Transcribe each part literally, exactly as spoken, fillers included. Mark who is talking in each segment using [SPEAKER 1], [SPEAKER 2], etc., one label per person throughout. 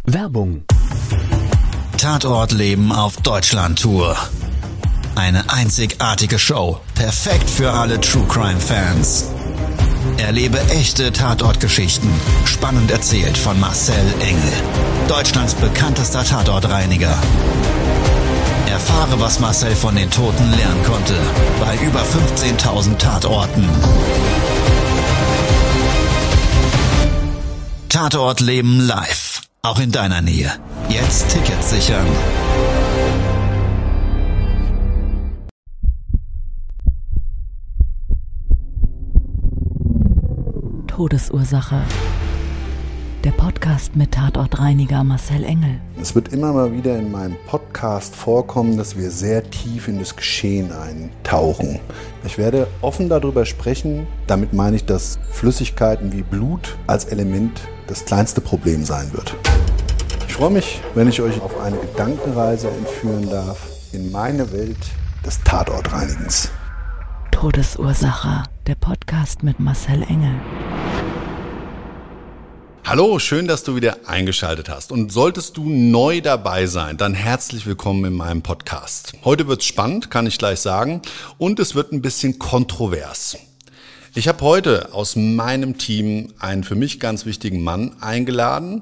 [SPEAKER 1] Werbung.
[SPEAKER 2] Tatortleben auf Deutschland-Tour. Eine einzigartige Show, perfekt für alle True-Crime-Fans. Erlebe echte Tatortgeschichten, spannend erzählt von Marcel Engel, Deutschlands bekanntester Tatortreiniger. Erfahre, was Marcel von den Toten lernen konnte, bei über fünfzehntausend Tatorten. Tatortleben live, auch in deiner Nähe. Jetzt Tickets sichern.
[SPEAKER 3] Todesursache. Der Podcast mit Tatortreiniger Marcel Engel.
[SPEAKER 4] Es wird immer mal wieder in meinem Podcast vorkommen, dass wir sehr tief in das Geschehen eintauchen. Ich werde offen darüber sprechen. Damit meine ich, dass Flüssigkeiten wie Blut als Element das kleinste Problem sein wird. Ich freue mich, wenn ich euch auf eine Gedankenreise entführen darf in meine Welt des Tatortreinigens.
[SPEAKER 3] Todesursache. Der Podcast mit Marcel Engel.
[SPEAKER 5] Hallo, schön, dass du wieder eingeschaltet hast. Und solltest du neu dabei sein, dann herzlich willkommen in meinem Podcast. Heute wird's spannend, kann ich gleich sagen. Und es wird ein bisschen kontrovers. Ich habe heute aus meinem Team einen für mich ganz wichtigen Mann eingeladen.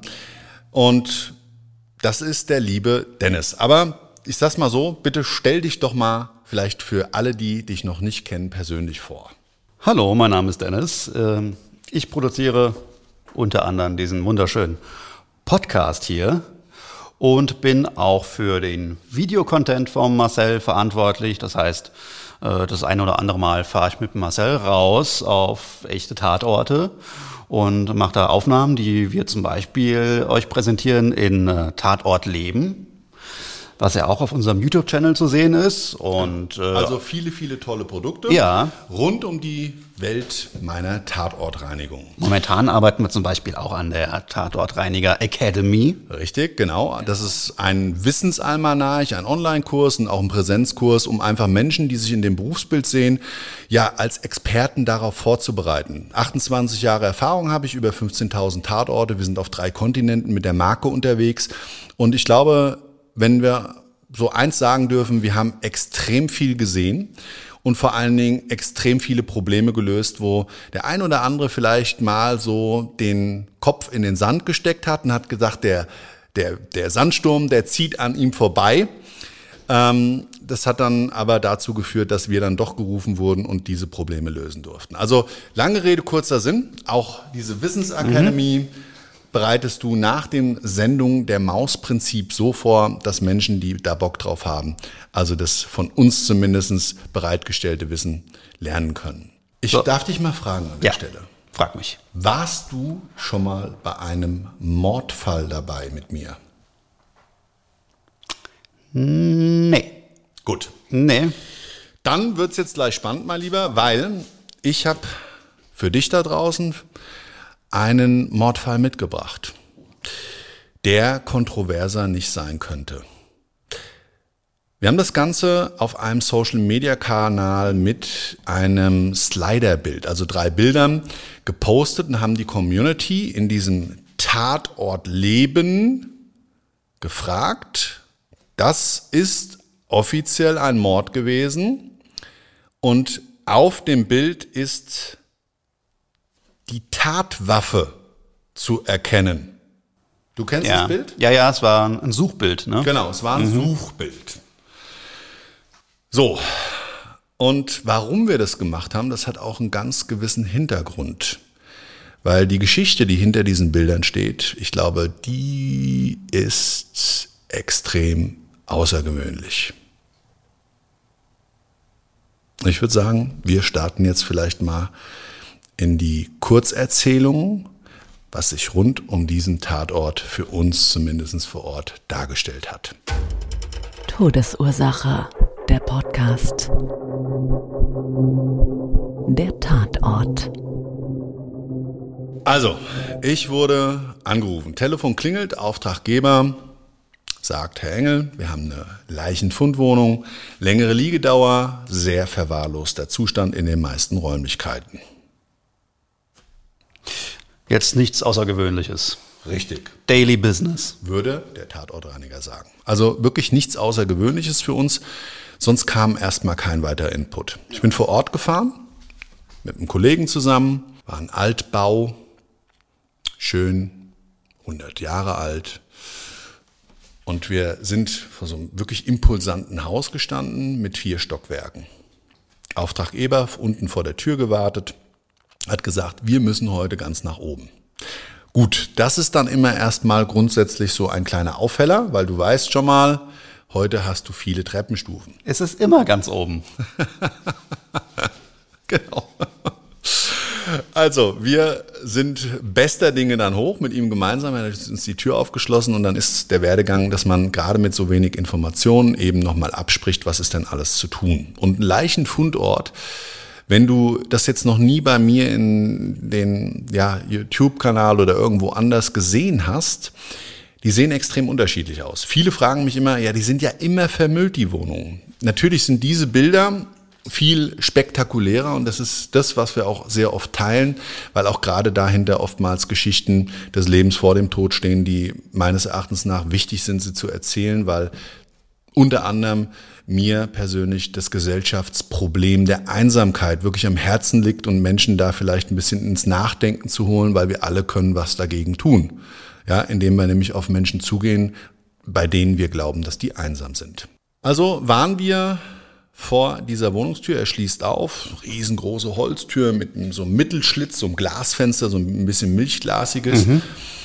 [SPEAKER 5] Und das ist der liebe Dennis. Aber ich sag's mal so, bitte stell dich doch mal vielleicht für alle, die dich noch nicht kennen, persönlich vor.
[SPEAKER 6] Hallo, mein Name ist Dennis. Ich produziere unter anderem diesen wunderschönen Podcast hier und bin auch für den Videocontent von Marcel verantwortlich. Das heißt, das ein oder andere Mal fahre ich mit Marcel raus auf echte Tatorte und mache da Aufnahmen, die wir zum Beispiel euch präsentieren in Tatortleben, was ja auch auf unserem YouTube-Channel zu sehen ist. Und, äh,
[SPEAKER 5] also viele, viele tolle Produkte
[SPEAKER 6] ja.
[SPEAKER 5] rund um die Welt meiner Tatortreinigung.
[SPEAKER 6] Momentan arbeiten wir zum Beispiel auch an der Tatortreiniger Academy.
[SPEAKER 5] Richtig, genau. Das ist ein Wissensalmanach, ein Online-Kurs und auch ein Präsenzkurs, um einfach Menschen, die sich in dem Berufsbild sehen, ja als Experten darauf vorzubereiten. achtundzwanzig Jahre Erfahrung habe ich, über fünfzehntausend Tatorte. Wir sind auf drei Kontinenten mit der Marke unterwegs. Und ich glaube, wenn wir so eins sagen dürfen, wir haben extrem viel gesehen und vor allen Dingen extrem viele Probleme gelöst, wo der ein oder andere vielleicht mal so den Kopf in den Sand gesteckt hat und hat gesagt, der, der, der Sandsturm, der zieht an ihm vorbei. Ähm, das hat dann aber dazu geführt, dass wir dann doch gerufen wurden und diese Probleme lösen durften. Also lange Rede, kurzer Sinn, auch diese Wissensacademy mhm. bereitest du nach den Sendungen der Maus-Prinzip so vor, dass Menschen, die da Bock drauf haben, also das von uns zumindest bereitgestellte Wissen lernen können. Ich
[SPEAKER 6] so.
[SPEAKER 5] darf dich mal fragen an der
[SPEAKER 6] ja,
[SPEAKER 5] Stelle.
[SPEAKER 6] Frag mich.
[SPEAKER 5] Warst du schon mal bei einem Mordfall dabei mit mir?
[SPEAKER 6] Nee.
[SPEAKER 5] Gut.
[SPEAKER 6] Nee.
[SPEAKER 5] Dann wird's jetzt gleich spannend, mein Lieber, weil ich habe für dich da draußen einen Mordfall mitgebracht, der kontroverser nicht sein könnte. Wir haben das Ganze auf einem Social-Media-Kanal mit einem Slider-Bild, also drei Bildern, gepostet und haben die Community in diesem Tatortleben gefragt. Das ist offiziell ein Mord gewesen und auf dem Bild ist die Tatwaffe zu erkennen. Du kennst
[SPEAKER 6] ja.
[SPEAKER 5] das Bild?
[SPEAKER 6] Ja, ja, es war ein Suchbild, ne?
[SPEAKER 5] Genau, es war ein mhm. Suchbild. So, und warum wir das gemacht haben, das hat auch einen ganz gewissen Hintergrund. Weil die Geschichte, die hinter diesen Bildern steht, ich glaube, die ist extrem außergewöhnlich. Ich würde sagen, wir starten jetzt vielleicht mal in die Kurzerzählung, was sich rund um diesen Tatort für uns zumindest vor Ort dargestellt hat.
[SPEAKER 3] Todesursache, der Podcast. Der Tatort.
[SPEAKER 5] Also, ich wurde angerufen. Telefon klingelt, Auftraggeber sagt, Herr Engel, wir haben eine Leichenfundwohnung, längere Liegedauer, sehr verwahrloster Zustand in den meisten Räumlichkeiten.
[SPEAKER 6] Jetzt nichts Außergewöhnliches.
[SPEAKER 5] Richtig.
[SPEAKER 6] Daily Business.
[SPEAKER 5] Würde der Tatortreiniger sagen. Also wirklich nichts Außergewöhnliches für uns. Sonst kam erstmal kein weiterer Input. Ich bin vor Ort gefahren, mit einem Kollegen zusammen, war ein Altbau, schön, hundert Jahre alt. Und wir sind vor so einem wirklich impulsanten Haus gestanden mit vier Stockwerken. Auftraggeber unten vor der Tür gewartet, hat gesagt, wir müssen heute ganz nach oben. Gut, das ist dann immer erstmal grundsätzlich so ein kleiner Aufheller, weil du weißt schon mal, heute hast du viele Treppenstufen.
[SPEAKER 6] Es ist immer ganz oben.
[SPEAKER 5] Genau. Also, wir sind bester Dinge dann hoch mit ihm gemeinsam. Er hat uns die Tür aufgeschlossen und dann ist der Werdegang, dass man gerade mit so wenig Informationen eben nochmal abspricht, was ist denn alles zu tun. Und ein Leichenfundort, wenn du das jetzt noch nie bei mir in den ja, YouTube-Kanal oder irgendwo anders gesehen hast, die sehen extrem unterschiedlich aus. Viele fragen mich immer, ja, die sind ja immer vermüllt, die Wohnungen. Natürlich sind diese Bilder viel spektakulärer und das ist das, was wir auch sehr oft teilen, weil auch gerade dahinter oftmals Geschichten des Lebens vor dem Tod stehen, die meines Erachtens nach wichtig sind, sie zu erzählen, weil unter anderem mir persönlich das Gesellschaftsproblem der Einsamkeit wirklich am Herzen liegt und Menschen da vielleicht ein bisschen ins Nachdenken zu holen, weil wir alle können was dagegen tun. Ja, indem wir nämlich auf Menschen zugehen, bei denen wir glauben, dass die einsam sind. Also waren wir vor dieser Wohnungstür, er schließt auf, riesengroße Holztür mit so einem Mittelschlitz, so einem Glasfenster, so ein bisschen milchglasiges. Mhm.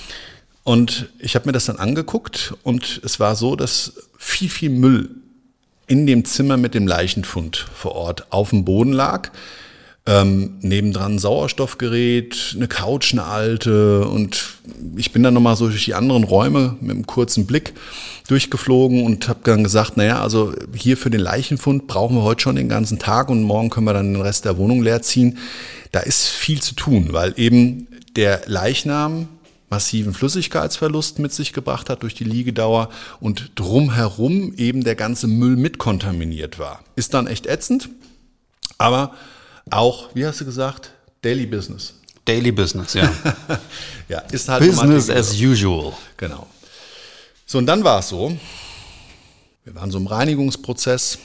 [SPEAKER 5] Und ich habe mir das dann angeguckt und es war so, dass viel, viel Müll in dem Zimmer mit dem Leichenfund vor Ort auf dem Boden lag. Ähm, nebendran ein Sauerstoffgerät, eine Couch, eine alte und ich bin dann nochmal so durch die anderen Räume mit einem kurzen Blick durchgeflogen und habe dann gesagt, naja, also hier für den Leichenfund brauchen wir heute schon den ganzen Tag und morgen können wir dann den Rest der Wohnung leer ziehen. Da ist viel zu tun, weil eben der Leichnam massiven Flüssigkeitsverlust mit sich gebracht hat durch die Liegedauer und drumherum eben der ganze Müll mitkontaminiert war. Ist dann echt ätzend, aber auch, wie hast du gesagt, Daily Business.
[SPEAKER 6] Daily Business, ja.
[SPEAKER 5] Ja, ist halt
[SPEAKER 6] Business as usual.
[SPEAKER 5] Genau. So, und dann war es so, wir waren so im Reinigungsprozess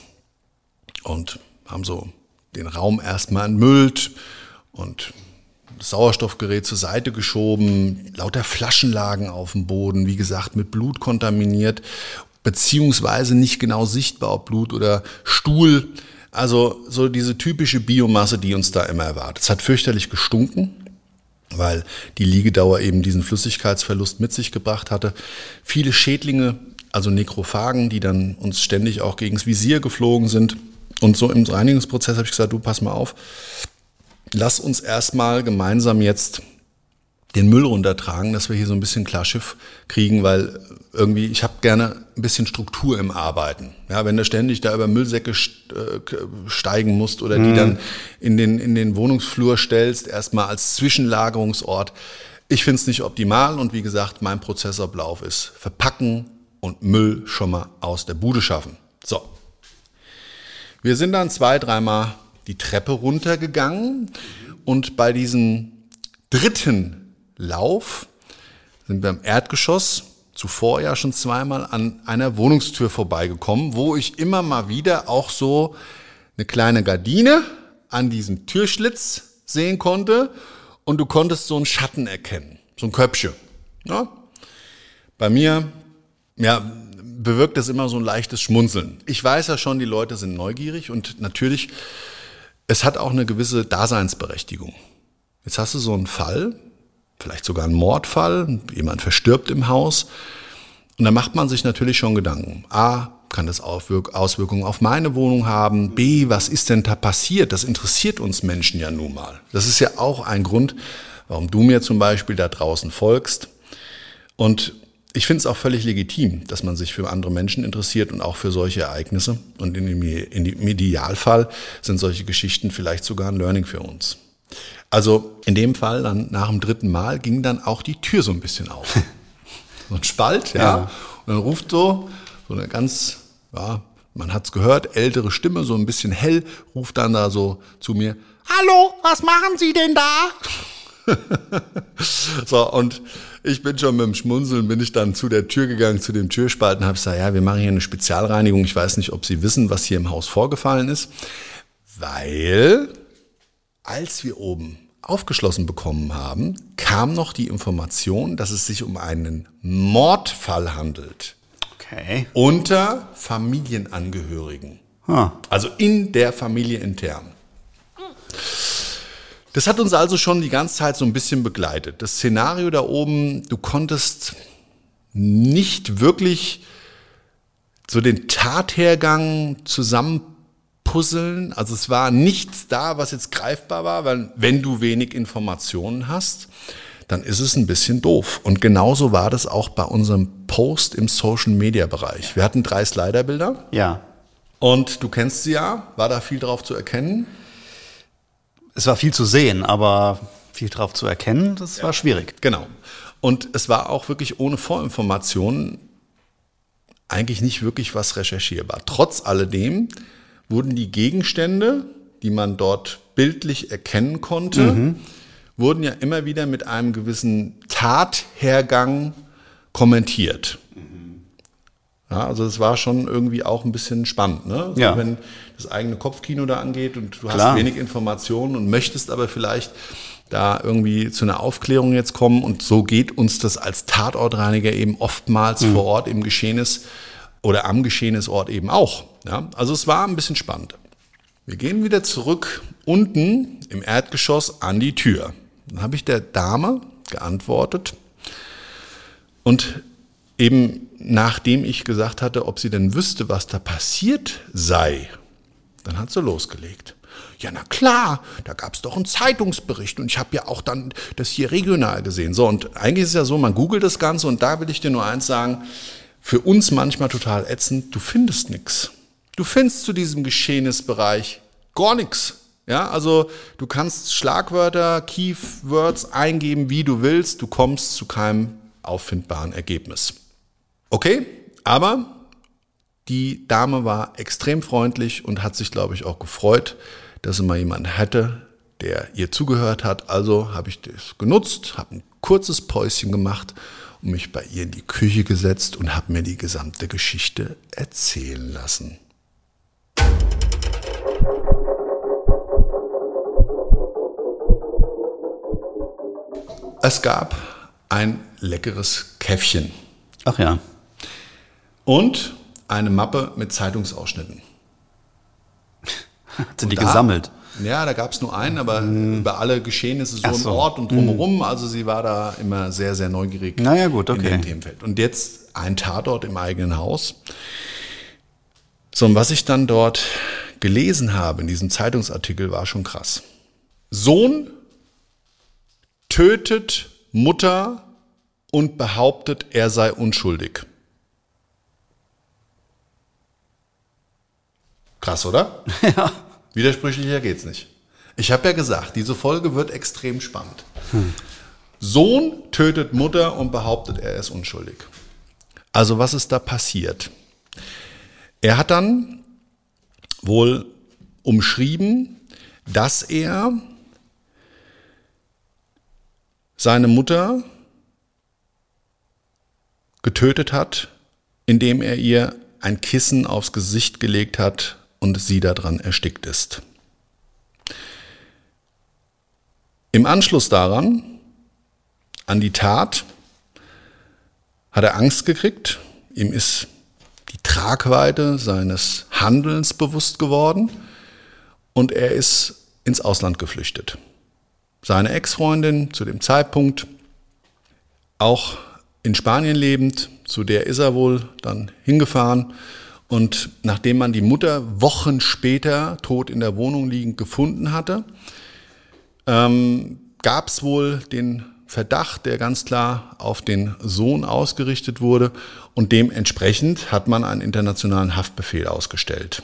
[SPEAKER 5] und haben so den Raum erstmal entmüllt und das Sauerstoffgerät zur Seite geschoben, lauter Flaschen lagen auf dem Boden, wie gesagt, mit Blut kontaminiert, beziehungsweise nicht genau sichtbar, ob Blut oder Stuhl. Also so diese typische Biomasse, die uns da immer erwartet. Es hat fürchterlich gestunken, weil die Liegedauer eben diesen Flüssigkeitsverlust mit sich gebracht hatte. Viele Schädlinge, also Nekrophagen, die dann uns ständig auch gegens Visier geflogen sind. Und so im Reinigungsprozess habe ich gesagt, du pass mal auf, lass uns erstmal gemeinsam jetzt den Müll runtertragen, dass wir hier so ein bisschen Klarschiff kriegen, weil irgendwie, ich habe gerne ein bisschen Struktur im Arbeiten. Ja, wenn du ständig da über Müllsäcke steigen musst oder die dann in den, in den Wohnungsflur stellst, erstmal als Zwischenlagerungsort. Ich finde es nicht optimal und wie gesagt, mein Prozessablauf ist verpacken und Müll schon mal aus der Bude schaffen. So. Wir sind dann zwei, dreimal die Treppe runtergegangen und bei diesem dritten Lauf sind wir im Erdgeschoss zuvor ja schon zweimal an einer Wohnungstür vorbeigekommen, wo ich immer mal wieder auch so eine kleine Gardine an diesem Türschlitz sehen konnte und du konntest so einen Schatten erkennen, so ein Köpfchen. Ja? Bei mir ja, bewirkt das immer so ein leichtes Schmunzeln. Ich weiß ja schon, die Leute sind neugierig und natürlich, es hat auch eine gewisse Daseinsberechtigung. Jetzt hast du so einen Fall, vielleicht sogar ein Mordfall, jemand verstirbt im Haus und da macht man sich natürlich schon Gedanken. A, kann das Auswirkungen auf meine Wohnung haben? B, was ist denn da passiert? Das interessiert uns Menschen ja nun mal. Das ist ja auch ein Grund, warum du mir zum Beispiel da draußen folgst. Und ich finde es auch völlig legitim, dass man sich für andere Menschen interessiert und auch für solche Ereignisse. Und in dem, in dem Idealfall sind solche Geschichten vielleicht sogar ein Learning für uns. Also in dem Fall, dann nach dem dritten Mal, ging dann auch die Tür so ein bisschen auf. So ein Spalt, ja. ja. Und dann ruft so, so eine ganz, ja, man hat's gehört, ältere Stimme, so ein bisschen hell, ruft dann da so zu mir, hallo, was machen Sie denn da? So, und ich bin schon mit dem Schmunzeln, bin ich dann zu der Tür gegangen, zu dem Türspalten, habe gesagt, ja, wir machen hier eine Spezialreinigung. Ich weiß nicht, ob Sie wissen, was hier im Haus vorgefallen ist, weil als wir oben aufgeschlossen bekommen haben, kam noch die Information, dass es sich um einen Mordfall handelt.
[SPEAKER 6] Okay.
[SPEAKER 5] Unter Familienangehörigen.
[SPEAKER 6] Ah.
[SPEAKER 5] Also in der Familie intern. Das hat uns also schon die ganze Zeit so ein bisschen begleitet. Das Szenario da oben, du konntest nicht wirklich so den Tathergang zusammenpuzzeln. Also es war nichts da, was jetzt greifbar war, weil wenn du wenig Informationen hast, dann ist es ein bisschen doof. Und genauso war das auch bei unserem Post im Social-Media-Bereich. Wir hatten drei Sliderbilder.
[SPEAKER 6] Ja.
[SPEAKER 5] Und du kennst sie ja. War da viel drauf zu erkennen?
[SPEAKER 6] Es war viel zu sehen, aber viel drauf zu erkennen, das war schwierig.
[SPEAKER 5] Genau. Und es war auch wirklich ohne Vorinformationen eigentlich nicht wirklich was recherchierbar. Trotz alledem wurden die Gegenstände, die man dort bildlich erkennen konnte, mhm. wurden ja immer wieder mit einem gewissen Tathergang kommentiert. Ja, also es war schon irgendwie auch ein bisschen spannend, ne? Also
[SPEAKER 6] ja.
[SPEAKER 5] Wenn das eigene Kopfkino da angeht und du
[SPEAKER 6] Klar.
[SPEAKER 5] hast wenig Informationen und möchtest aber vielleicht da irgendwie zu einer Aufklärung jetzt kommen und so geht uns das als Tatortreiniger eben oftmals mhm. vor Ort im Geschehnis oder am Geschehnisort eben auch. Ja? Also es war ein bisschen spannend. Wir gehen wieder zurück unten im Erdgeschoss an die Tür. Dann habe ich der Dame geantwortet und eben nachdem ich gesagt hatte, ob sie denn wüsste, was da passiert sei, dann hat sie losgelegt. Ja, na klar, da gab es doch einen Zeitungsbericht und ich habe ja auch dann das hier regional gesehen. So, und eigentlich ist es ja so, man googelt das Ganze und da will ich dir nur eins sagen, für uns manchmal total ätzend, du findest nichts. Du findest zu diesem Geschehnisbereich gar nichts. Ja, also du kannst Schlagwörter, Keywords eingeben, wie du willst, du kommst zu keinem auffindbaren Ergebnis. Okay, aber die Dame war extrem freundlich und hat sich, glaube ich, auch gefreut, dass sie mal jemanden hätte, der ihr zugehört hat. Also habe ich das genutzt, habe ein kurzes Päuschen gemacht und mich bei ihr in die Küche gesetzt und habe mir die gesamte Geschichte erzählen lassen. Es gab ein leckeres Käffchen.
[SPEAKER 6] Ach ja.
[SPEAKER 5] Und eine Mappe mit Zeitungsausschnitten.
[SPEAKER 6] Sind die
[SPEAKER 5] da,
[SPEAKER 6] gesammelt?
[SPEAKER 5] Ja, da gab es nur einen, aber hm. über alle Geschehnisse so,
[SPEAKER 6] Ach
[SPEAKER 5] im
[SPEAKER 6] so.
[SPEAKER 5] Ort und drumherum. Also sie war da immer sehr, sehr neugierig
[SPEAKER 6] Na ja, gut, okay.
[SPEAKER 5] in dem Themenfeld. Und jetzt ein Tatort im eigenen Haus. So, und was ich dann dort gelesen habe in diesem Zeitungsartikel, war schon krass. Sohn tötet Mutter und behauptet, er sei unschuldig. Krass, oder?
[SPEAKER 6] Ja.
[SPEAKER 5] Widersprüchlicher geht's nicht. Ich habe ja gesagt, diese Folge wird extrem spannend. Hm. Sohn tötet Mutter und behauptet, er ist unschuldig. Also was ist da passiert? Er hat dann wohl umschrieben, dass er seine Mutter getötet hat, indem er ihr ein Kissen aufs Gesicht gelegt hat und sie daran erstickt ist. Im Anschluss daran, an die Tat, hat er Angst gekriegt. Ihm ist die Tragweite seines Handelns bewusst geworden und er ist ins Ausland geflüchtet. Seine Ex-Freundin zu dem Zeitpunkt, auch in Spanien lebend, zu der ist er wohl dann hingefahren. Und nachdem man die Mutter Wochen später tot in der Wohnung liegend gefunden hatte, ähm, gab es wohl den Verdacht, der ganz klar auf den Sohn ausgerichtet wurde. Und dementsprechend hat man einen internationalen Haftbefehl ausgestellt.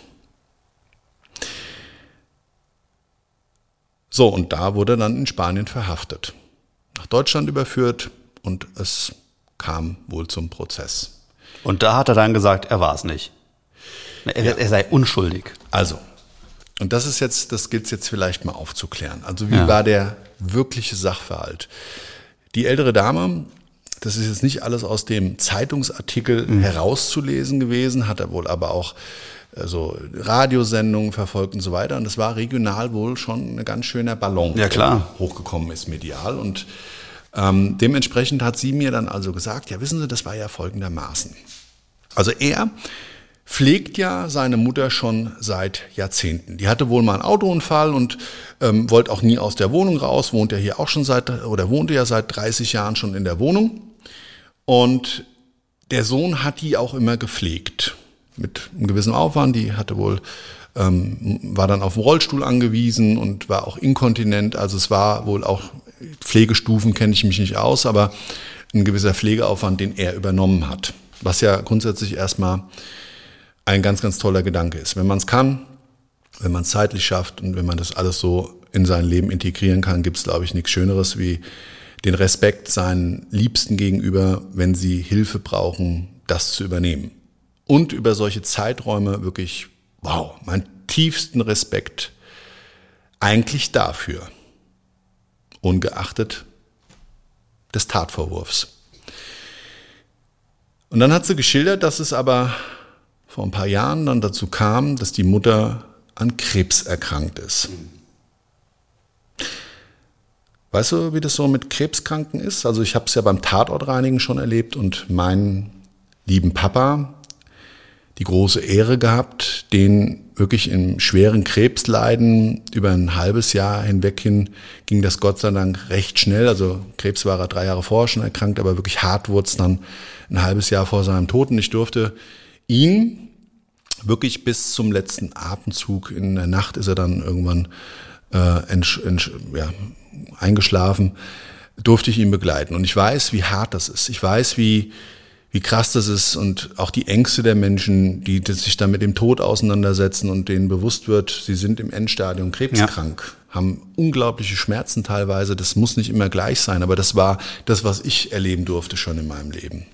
[SPEAKER 5] So, und da wurde er dann in Spanien verhaftet, nach Deutschland überführt und es kam wohl zum Prozess.
[SPEAKER 6] Und da hat er dann gesagt, er war es nicht. Er,
[SPEAKER 5] Ja.
[SPEAKER 6] er sei unschuldig.
[SPEAKER 5] Also, Und das ist jetzt, das gilt es jetzt vielleicht mal aufzuklären. Also wie
[SPEAKER 6] Ja.
[SPEAKER 5] war der wirkliche Sachverhalt? Die ältere Dame, das ist jetzt nicht alles aus dem Zeitungsartikel mhm. herauszulesen gewesen, hat er wohl aber auch äh, so Radiosendungen verfolgt und so weiter. Und das war regional wohl schon ein ganz schöner Ballon,
[SPEAKER 6] Ja, klar.
[SPEAKER 5] der hochgekommen ist medial. Und ähm, dementsprechend hat sie mir dann also gesagt, ja wissen Sie, das war ja folgendermaßen. Also er pflegt ja seine Mutter schon seit Jahrzehnten. Die hatte wohl mal einen Autounfall und ähm, wollte auch nie aus der Wohnung raus, wohnt ja hier auch schon seit, oder wohnte ja seit dreißig Jahren schon in der Wohnung. Und der Sohn hat die auch immer gepflegt. Mit einem gewissen Aufwand. Die hatte wohl, ähm, war dann auf den Rollstuhl angewiesen und war auch inkontinent. Also es war wohl auch, Pflegestufen kenne ich mich nicht aus, aber ein gewisser Pflegeaufwand, den er übernommen hat. Was ja grundsätzlich erstmal ein ganz, ganz toller Gedanke ist. Wenn man es kann, wenn man es zeitlich schafft und wenn man das alles so in sein Leben integrieren kann, gibt es, glaube ich, nichts Schöneres wie den Respekt seinen Liebsten gegenüber, wenn sie Hilfe brauchen, das zu übernehmen. Und über solche Zeiträume wirklich, wow, meinen tiefsten Respekt eigentlich dafür, ungeachtet des Tatvorwurfs. Und dann hat sie geschildert, dass es aber vor ein paar Jahren dann dazu kam, dass die Mutter an Krebs erkrankt ist. Weißt du, wie das so mit Krebskranken ist? Also ich habe es ja beim Tatortreinigen schon erlebt und meinen lieben Papa die große Ehre gehabt, den wirklich im schweren Krebsleiden über ein halbes Jahr hinweg hin ging das Gott sei Dank recht schnell. Also Krebs war er drei Jahre vorher schon erkrankt, aber wirklich hart wurde es dann ein halbes Jahr vor seinem Tod. Und ich durfte ihn wirklich bis zum letzten Atemzug, in der Nacht ist er dann irgendwann äh, entsch, entsch, ja, eingeschlafen, durfte ich ihn begleiten. Und ich weiß, wie hart das ist. Ich weiß, wie, wie krass das ist und auch die Ängste der Menschen, die, die sich dann mit dem Tod auseinandersetzen und denen bewusst wird, sie sind im Endstadium krebskrank, ja. haben unglaubliche Schmerzen teilweise. Das muss nicht immer gleich sein, aber das war das, was ich erleben durfte schon in meinem Leben.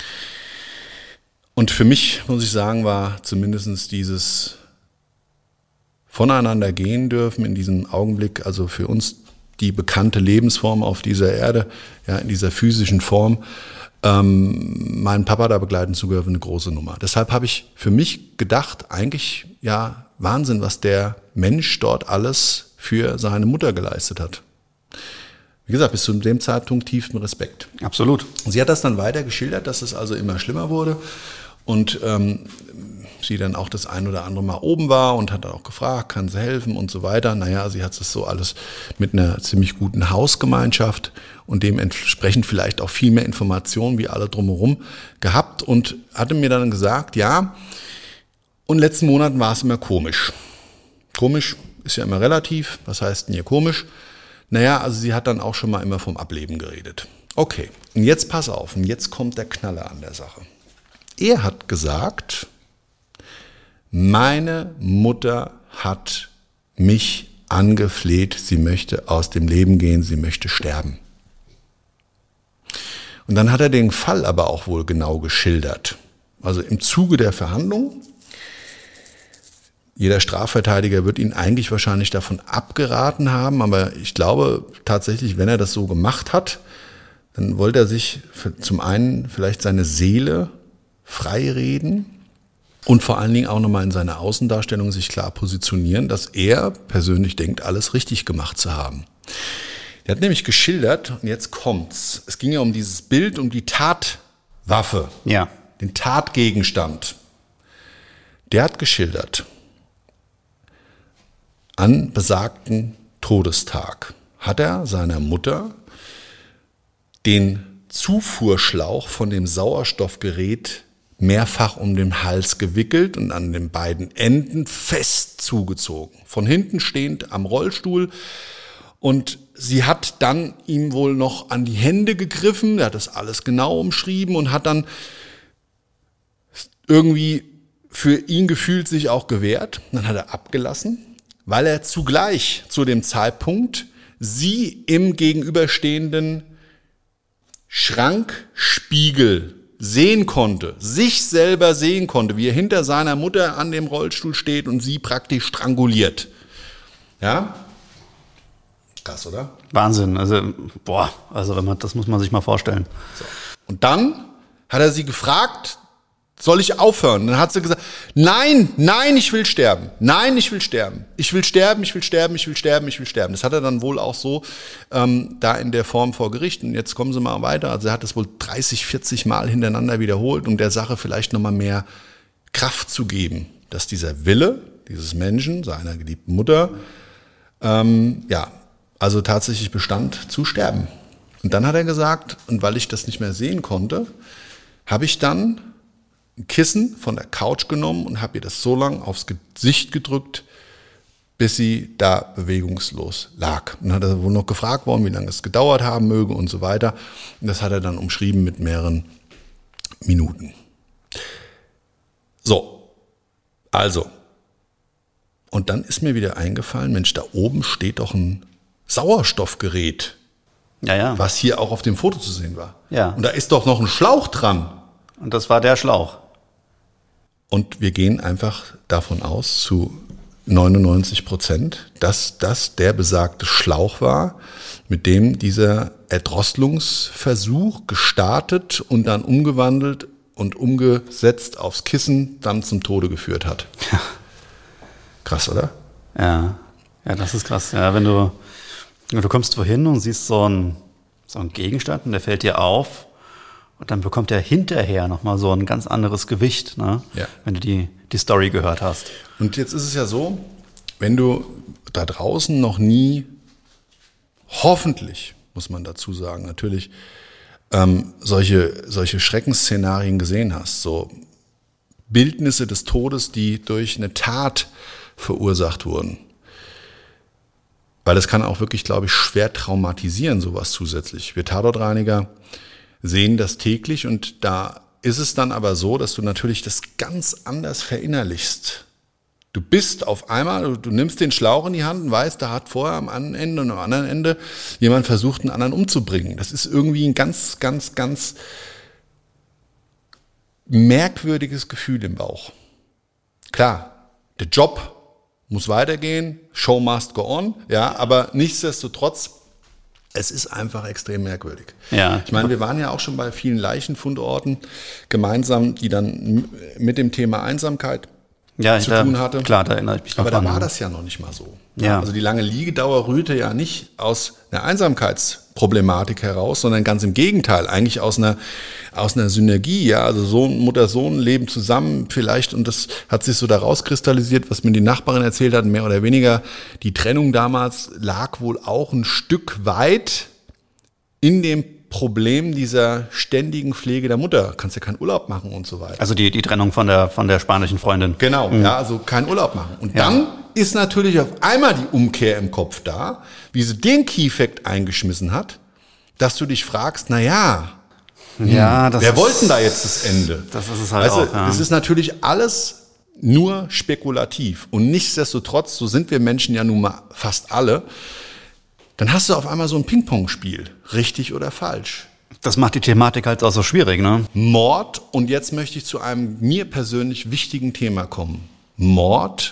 [SPEAKER 5] Und für mich, muss ich sagen, war zumindest dieses voneinander gehen dürfen in diesem Augenblick, also für uns die bekannte Lebensform auf dieser Erde, ja, in dieser physischen Form, ähm, meinen Papa da begleiten zu dürfen, eine große Nummer. Deshalb habe ich für mich gedacht, eigentlich, ja, Wahnsinn, was der Mensch dort alles für seine Mutter geleistet hat. Wie gesagt, bis zu dem Zeitpunkt tiefsten Respekt.
[SPEAKER 6] Absolut.
[SPEAKER 5] Sie hat das dann weiter geschildert, dass es also immer schlimmer wurde und ähm, sie dann auch das ein oder andere Mal oben war und hat auch gefragt, kann sie helfen und so weiter. Naja, sie hat es so alles mit einer ziemlich guten Hausgemeinschaft und dementsprechend vielleicht auch viel mehr Informationen wie alle drumherum gehabt und hatte mir dann gesagt, ja, und in den letzten Monaten war es immer komisch. Komisch ist ja immer relativ, was heißt denn hier komisch? Naja, also sie hat dann auch schon mal immer vom Ableben geredet. Okay, und jetzt pass auf, und jetzt kommt der Knaller an der Sache. Er hat gesagt, meine Mutter hat mich angefleht, sie möchte aus dem Leben gehen, sie möchte sterben. Und dann hat er den Fall aber auch wohl genau geschildert. Also im Zuge der Verhandlung, jeder Strafverteidiger wird ihn eigentlich wahrscheinlich davon abgeraten haben, aber ich glaube tatsächlich, wenn er das so gemacht hat, dann wollte er sich für, zum einen vielleicht seine Seele freireden und vor allen Dingen auch nochmal in seiner Außendarstellung sich klar positionieren, dass er persönlich denkt, alles richtig gemacht zu haben. Er hat nämlich geschildert, und jetzt kommt's, es ging ja um dieses Bild, um die Tatwaffe,
[SPEAKER 6] ja.
[SPEAKER 5] den Tatgegenstand. Der hat geschildert, an besagten Todestag hat er seiner Mutter den Zufuhrschlauch von dem Sauerstoffgerät mehrfach um den Hals gewickelt und an den beiden Enden fest zugezogen. Von hinten stehend am Rollstuhl. Und sie hat dann ihm wohl noch an die Hände gegriffen. Er hat das alles genau umschrieben und hat dann irgendwie für ihn gefühlt sich auch gewehrt. Dann hat er abgelassen, weil er zugleich zu dem Zeitpunkt sie im gegenüberstehenden Schrankspiegel sehen konnte, sich selber sehen konnte, wie er hinter seiner Mutter an dem Rollstuhl steht und sie praktisch stranguliert. Ja? Krass, oder?
[SPEAKER 6] Wahnsinn. Also, boah, also wenn man, das muss man sich mal vorstellen.
[SPEAKER 5] So. Und dann hat er sie gefragt, soll ich aufhören? Dann hat sie gesagt, nein, nein, ich will sterben. Nein, ich will sterben. Ich will sterben, ich will sterben, ich will sterben, ich will sterben. Das hat er dann wohl auch so ähm, da in der Form vor Gericht. Und jetzt kommen Sie mal weiter. Also er hat das wohl dreißig, vierzig Mal hintereinander wiederholt, um der Sache vielleicht nochmal mehr Kraft zu geben, dass dieser Wille dieses Menschen, seiner geliebten Mutter, ähm, ja, also tatsächlich bestand, zu sterben. Und dann hat er gesagt, und weil ich das nicht mehr sehen konnte, habe ich dann ein Kissen von der Couch genommen und habe ihr das so lang aufs Gesicht gedrückt, bis sie da bewegungslos lag. Und dann hat er wohl noch gefragt worden, wie lange es gedauert haben möge und so weiter. Und das hat er dann umschrieben mit mehreren Minuten. So, also. Und dann ist mir wieder eingefallen, Mensch, da oben steht doch ein Sauerstoffgerät,
[SPEAKER 6] Ja, ja.
[SPEAKER 5] was hier auch auf dem Foto zu sehen war.
[SPEAKER 6] Ja.
[SPEAKER 5] Und da ist doch noch ein Schlauch dran.
[SPEAKER 6] Und das war der Schlauch.
[SPEAKER 5] Und wir gehen einfach davon aus, zu neunundneunzig Prozent, dass das der besagte Schlauch war, mit dem dieser Erdrosselungsversuch gestartet und dann umgewandelt und umgesetzt aufs Kissen dann zum Tode geführt hat.
[SPEAKER 6] Ja.
[SPEAKER 5] Krass, oder?
[SPEAKER 6] Ja, ja, das ist krass. Ja, wenn du, du kommst wohin und siehst so einen, so einen Gegenstand und der fällt dir auf und dann bekommt er hinterher nochmal so ein ganz anderes Gewicht, ne?
[SPEAKER 5] Ja.
[SPEAKER 6] Wenn du die, die Story gehört hast.
[SPEAKER 5] Und jetzt ist es ja so, wenn du da draußen noch nie, hoffentlich, muss man dazu sagen, natürlich, ähm, solche, solche Schreckensszenarien gesehen hast, so Bildnisse des Todes, die durch eine Tat verursacht wurden. Weil das kann auch wirklich, glaube ich, schwer traumatisieren, sowas zusätzlich. Wir Tatortreiniger sehen das täglich und da ist es dann aber so, dass du natürlich das ganz anders verinnerlichst. Du bist auf einmal, du, du nimmst den Schlauch in die Hand und weißt, da hat vorher am einen Ende und am anderen Ende jemand versucht, einen anderen umzubringen. Das ist irgendwie ein ganz, ganz, ganz merkwürdiges Gefühl im Bauch. Klar, der Job muss weitergehen, Show must go on, ja, aber nichtsdestotrotz, es ist einfach extrem merkwürdig.
[SPEAKER 6] Ja.
[SPEAKER 5] Ich meine, wir waren ja auch schon bei vielen Leichenfundorten gemeinsam, die dann mit dem Thema Einsamkeit
[SPEAKER 6] ja,
[SPEAKER 5] zu
[SPEAKER 6] da,
[SPEAKER 5] tun hatte.
[SPEAKER 6] Klar, da erinnere ich mich noch
[SPEAKER 5] Aber da
[SPEAKER 6] dran.
[SPEAKER 5] war das ja noch nicht mal so.
[SPEAKER 6] Ja.
[SPEAKER 5] Also die lange Liegedauer rührte ja nicht aus einer Einsamkeitsproblematik heraus, sondern ganz im Gegenteil, eigentlich aus einer, aus einer Synergie. Ja, also Sohn, Mutter, Sohn leben zusammen vielleicht und das hat sich so da rauskristallisiert, was mir die Nachbarin erzählt hat, mehr oder weniger. Die Trennung damals lag wohl auch ein Stück weit in dem Problem dieser ständigen Pflege der Mutter. Kannst ja keinen Urlaub machen und so weiter.
[SPEAKER 6] Also die, die Trennung von der, von der spanischen Freundin.
[SPEAKER 5] Genau, mhm. ja, also keinen Urlaub machen. Und
[SPEAKER 6] Ja.
[SPEAKER 5] dann ist natürlich auf einmal die Umkehr im Kopf da, wie sie den Key-Fact eingeschmissen hat, dass du dich fragst, na ja,
[SPEAKER 6] Ja, das
[SPEAKER 5] wer
[SPEAKER 6] ist,
[SPEAKER 5] wollte denn da jetzt das Ende?
[SPEAKER 6] Das ist es halt
[SPEAKER 5] Weißt du,
[SPEAKER 6] auch. Ja.
[SPEAKER 5] das ist natürlich alles nur spekulativ. Und nichtsdestotrotz, so sind wir Menschen ja nun mal fast alle, dann hast du auf einmal so ein Ping-Pong-Spiel, richtig oder falsch.
[SPEAKER 6] Das macht die Thematik halt auch so schwierig, ne?
[SPEAKER 5] Mord, und jetzt möchte ich zu einem mir persönlich wichtigen Thema kommen. Mord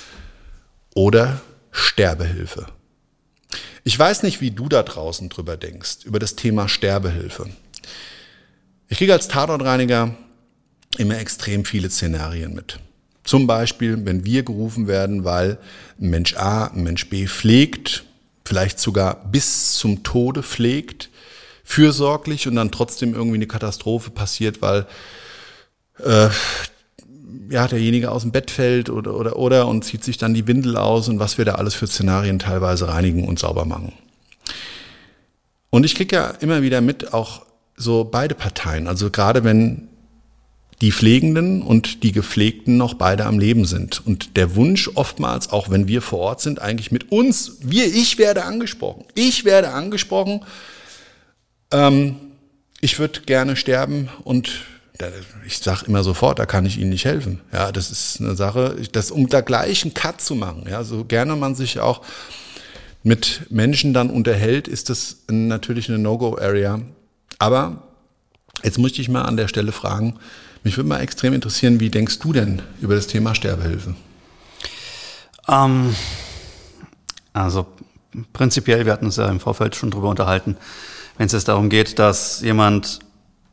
[SPEAKER 5] oder Sterbehilfe. Ich weiß nicht, wie du da draußen drüber denkst, über das Thema Sterbehilfe. Ich kriege als Tatortreiniger immer extrem viele Szenarien mit. Zum Beispiel, wenn wir gerufen werden, weil ein Mensch A, ein Mensch B pflegt, vielleicht sogar bis zum Tode pflegt, fürsorglich und dann trotzdem irgendwie eine Katastrophe passiert, weil äh, ja, derjenige aus dem Bett fällt oder, oder, oder und zieht sich dann die Windel aus und was wir da alles für Szenarien teilweise reinigen und sauber machen. Und ich kriege ja immer wieder mit, auch so beide Parteien, also gerade wenn die Pflegenden und die Gepflegten noch beide am Leben sind. Und der Wunsch oftmals, auch wenn wir vor Ort sind, eigentlich mit uns, wir, ich werde angesprochen. Ich werde angesprochen, ähm, ich würde gerne sterben und ich sage immer sofort, da kann ich Ihnen nicht helfen. Ja, das ist eine Sache, das, um da gleich einen Cut zu machen. Ja, so gerne man sich auch mit Menschen dann unterhält, ist das natürlich eine No-Go-Area. Aber jetzt muss ich dich mal an der Stelle fragen, mich würde mal extrem interessieren, wie denkst du denn über das Thema Sterbehilfe?
[SPEAKER 6] Ähm, Also prinzipiell, wir hatten uns ja im Vorfeld schon drüber unterhalten, wenn es jetzt darum geht, dass jemand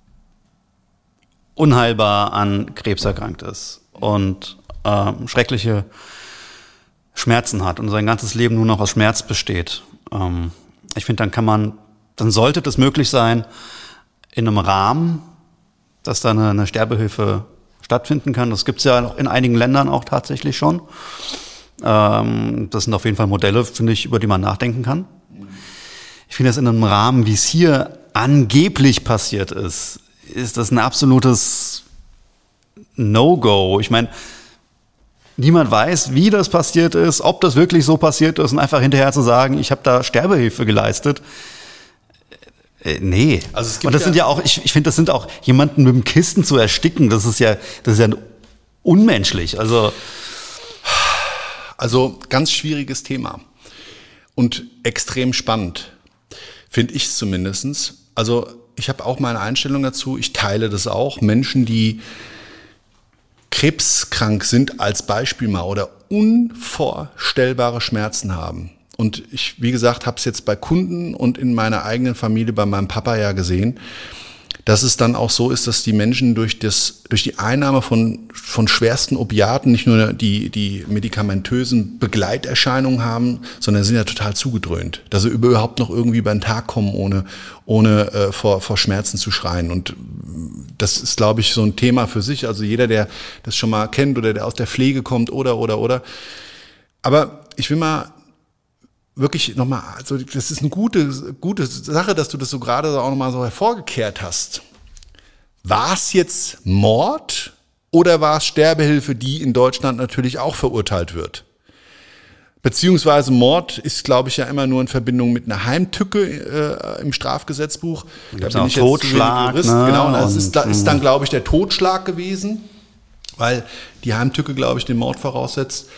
[SPEAKER 6] unheilbar an Krebs erkrankt ist und ähm, schreckliche Schmerzen hat und sein ganzes Leben nur noch aus Schmerz besteht. Ähm, ich finde, dann kann man, dann sollte das möglich sein, in einem Rahmen, dass da eine, eine Sterbehilfe stattfinden kann. Das gibt es ja in einigen Ländern auch tatsächlich schon. Ähm, das sind auf jeden Fall Modelle, finde ich, über die man nachdenken kann. Ich finde das in einem Rahmen, wie es hier angeblich passiert ist, ist das ein absolutes No-Go. Ich meine, niemand weiß, wie das passiert ist, ob das wirklich so passiert ist und einfach hinterher zu sagen, ich habe da Sterbehilfe geleistet. Äh, nee. Also es gibt und das ja sind ja auch, ich, ich finde, das sind auch jemanden mit dem Kissen zu ersticken, das ist ja, das ist ja unmenschlich. Also,
[SPEAKER 5] also ganz schwieriges Thema und extrem spannend, finde ich es zumindest. Also ich habe auch meine Einstellung dazu, ich teile das auch. Menschen, die krebskrank sind als Beispiel mal oder unvorstellbare Schmerzen haben. Und ich, wie gesagt, habe es jetzt bei Kunden und in meiner eigenen Familie bei meinem Papa ja gesehen, dass es dann auch so ist, dass die Menschen durch das, durch die Einnahme von, von schwersten Opiaten nicht nur die, die medikamentösen Begleiterscheinungen haben, sondern sind ja total zugedröhnt, dass sie überhaupt noch irgendwie über den Tag kommen, ohne, ohne äh, vor, vor Schmerzen zu schreien. Und das ist, glaube ich, so ein Thema für sich. Also jeder, der das schon mal kennt oder der aus der Pflege kommt oder, oder, oder. Aber ich will mal wirklich nochmal, also das ist eine gute, gute Sache, dass du das so gerade auch nochmal so hervorgekehrt hast. War es jetzt Mord oder war es Sterbehilfe, die in Deutschland natürlich auch verurteilt wird? Beziehungsweise Mord ist, glaube ich, ja immer nur in Verbindung mit einer Heimtücke äh, im Strafgesetzbuch.
[SPEAKER 6] Da bin ich jetzt Totschlag, Jurist,
[SPEAKER 5] ne? Genau, das ist, da ist dann, glaube ich, der Totschlag gewesen, weil die Heimtücke, glaube ich, den Mord voraussetzt.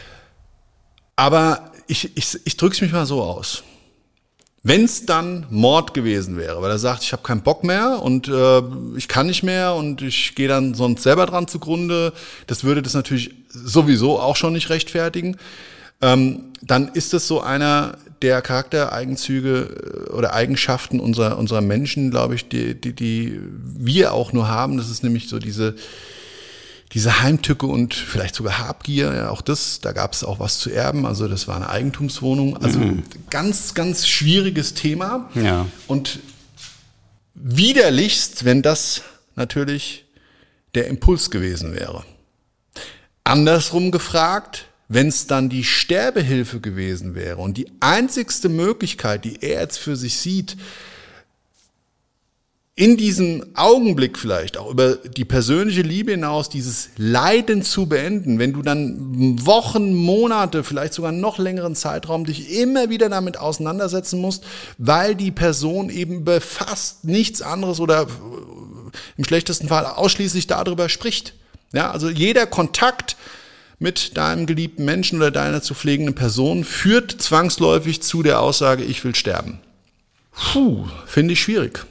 [SPEAKER 5] Aber ich, ich, ich drücke es mich mal so aus. Wenn es dann Mord gewesen wäre, weil er sagt, ich habe keinen Bock mehr und äh, ich kann nicht mehr und ich gehe dann sonst selber dran zugrunde, das würde das natürlich sowieso auch schon nicht rechtfertigen, ähm, dann ist das so einer der Charaktereigenzüge oder Eigenschaften unserer, unserer Menschen, glaube ich, die, die, die wir auch nur haben. Das ist nämlich so diese Diese Heimtücke und vielleicht sogar Habgier, ja, auch das, da gab es auch was zu erben, also das war eine Eigentumswohnung, also mhm. ganz, ganz schwieriges Thema.
[SPEAKER 6] Ja.
[SPEAKER 5] Und widerlichst, wenn das natürlich der Impuls gewesen wäre. Andersrum gefragt, wenn es dann die Sterbehilfe gewesen wäre und die einzigste Möglichkeit, die er jetzt für sich sieht, in diesem Augenblick vielleicht auch über die persönliche Liebe hinaus dieses Leiden zu beenden, wenn du dann Wochen, Monate, vielleicht sogar noch längeren Zeitraum dich immer wieder damit auseinandersetzen musst, weil die Person eben über fast nichts anderes oder im schlechtesten Fall ausschließlich darüber spricht. Ja, also jeder Kontakt mit deinem geliebten Menschen oder deiner zu pflegenden Person führt zwangsläufig zu der Aussage, ich will sterben. Puh, finde ich schwierig.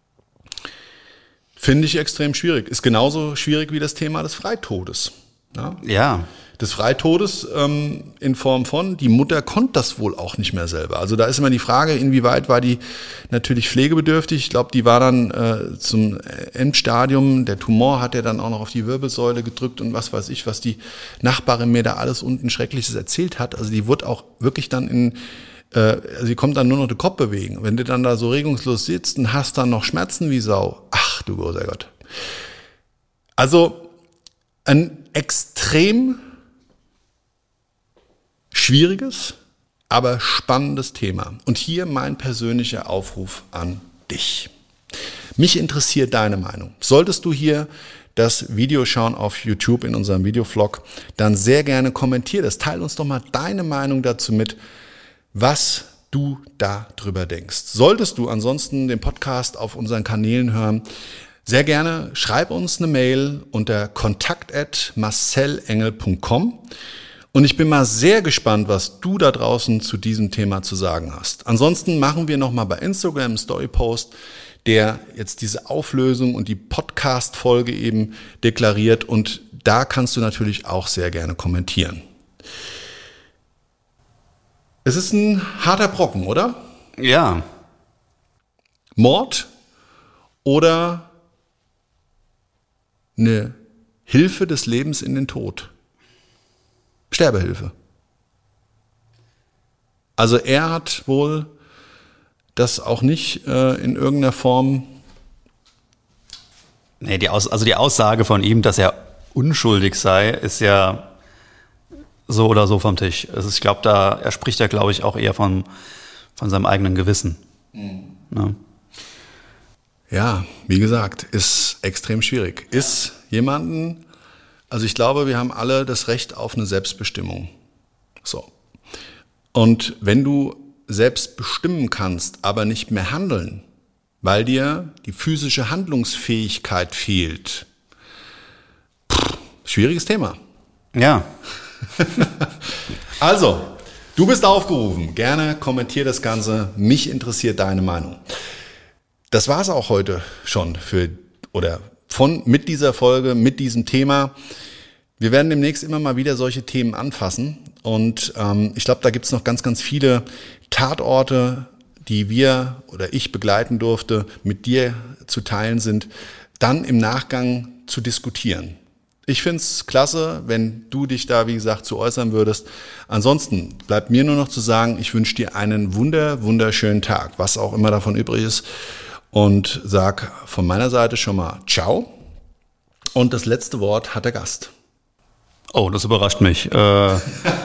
[SPEAKER 5] Finde ich extrem schwierig. Ist genauso schwierig wie das Thema des Freitodes. Ja.
[SPEAKER 6] ja.
[SPEAKER 5] Des Freitodes ähm, in Form von, die Mutter konnte das wohl auch nicht mehr selber. Also da ist immer die Frage, inwieweit war die natürlich pflegebedürftig. Ich glaube, die war dann äh, zum Endstadium. Der Tumor hat ja dann auch noch auf die Wirbelsäule gedrückt und was weiß ich, was die Nachbarin mir da alles unten Schreckliches erzählt hat. Also die wurde auch wirklich dann in Also die kommt dann nur noch den Kopf bewegen. Wenn du dann da so regungslos sitzt und hast dann noch Schmerzen wie Sau. Ach du großer Gott. Also ein extrem schwieriges, aber spannendes Thema. Und hier mein persönlicher Aufruf an dich. Mich interessiert deine Meinung. Solltest du hier das Video schauen auf YouTube in unserem Videovlog, dann sehr gerne kommentier das. Teil uns doch mal deine Meinung dazu mit, was du da drüber denkst. Solltest du ansonsten den Podcast auf unseren Kanälen hören, sehr gerne schreib uns eine Mail unter kontakt at marcelengel punkt com und ich bin mal sehr gespannt, was du da draußen zu diesem Thema zu sagen hast. Ansonsten machen wir nochmal bei Instagram einen Storypost, der jetzt diese Auflösung und die Podcast-Folge eben deklariert und da kannst du natürlich auch sehr gerne kommentieren. Es ist ein harter Brocken, oder?
[SPEAKER 6] Ja.
[SPEAKER 5] Mord oder eine Hilfe des Lebens in den Tod. Sterbehilfe. Also er hat wohl das auch nicht äh, in irgendeiner Form...
[SPEAKER 6] Nee, die Aus- also die Aussage von ihm, dass er unschuldig sei, ist ja so oder so vom Tisch. Also ich glaube, da er spricht ja, glaube ich, auch eher von, von seinem eigenen Gewissen. Mhm. Ja.
[SPEAKER 5] Ja, wie gesagt, ist extrem schwierig. Ist jemanden, also ich glaube, wir haben alle das Recht auf eine Selbstbestimmung. So. Und wenn du selbst bestimmen kannst, aber nicht mehr handeln, weil dir die physische Handlungsfähigkeit fehlt, pff, schwieriges Thema.
[SPEAKER 6] Ja.
[SPEAKER 5] Also, du bist aufgerufen. Gerne kommentier das Ganze. Mich interessiert deine Meinung. Das war es auch heute schon für oder von mit dieser Folge, mit diesem Thema. Wir werden demnächst immer mal wieder solche Themen anfassen und ähm, ich glaube, da gibt es noch ganz, ganz viele Tatorte, die wir oder ich begleiten durfte, mit dir zu teilen sind, dann im Nachgang zu diskutieren. Ich finde es klasse, wenn du dich da, wie gesagt, zu äußern würdest. Ansonsten bleibt mir nur noch zu sagen, ich wünsche dir einen wunder, wunderschönen Tag, was auch immer davon übrig ist. Und sag von meiner Seite schon mal ciao. Und das letzte Wort hat der Gast.
[SPEAKER 6] Oh, das überrascht mich. Äh,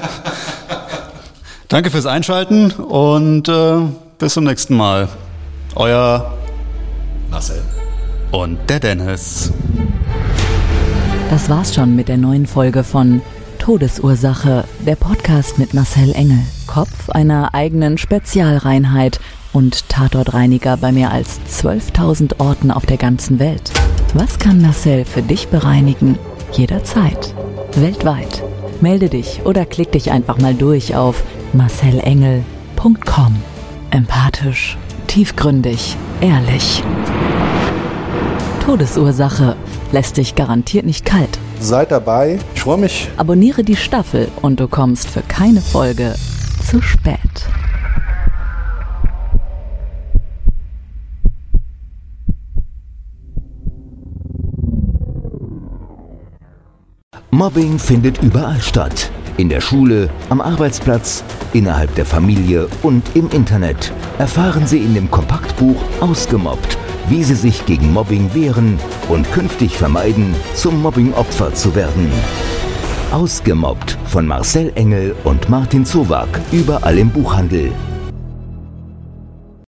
[SPEAKER 6] danke fürs Einschalten und äh, bis zum nächsten Mal. Euer
[SPEAKER 5] Marcel
[SPEAKER 6] und der Dennis.
[SPEAKER 3] Das war's schon mit der neuen Folge von Todesursache, der Podcast mit Marcel Engel. Kopf einer eigenen Spezialreinheit und Tatortreiniger bei mehr als zwölftausend Orten auf der ganzen Welt. Was kann Marcel für dich bereinigen? Jederzeit. Weltweit. Melde dich oder klick dich einfach mal durch auf marcel engel punkt com. Empathisch, tiefgründig, ehrlich. Todesursache lässt dich garantiert nicht kalt.
[SPEAKER 4] Seid dabei. Ich freue mich.
[SPEAKER 3] Abonniere die Staffel und du kommst für keine Folge zu spät.
[SPEAKER 1] Mobbing findet überall statt. In der Schule, am Arbeitsplatz, innerhalb der Familie und im Internet. Erfahren Sie in dem Kompaktbuch Ausgemobbt, wie Sie sich gegen Mobbing wehren und künftig vermeiden, zum Mobbing-Opfer zu werden. Ausgemobbt von Marcel Engel und Martin Zowak, überall im Buchhandel.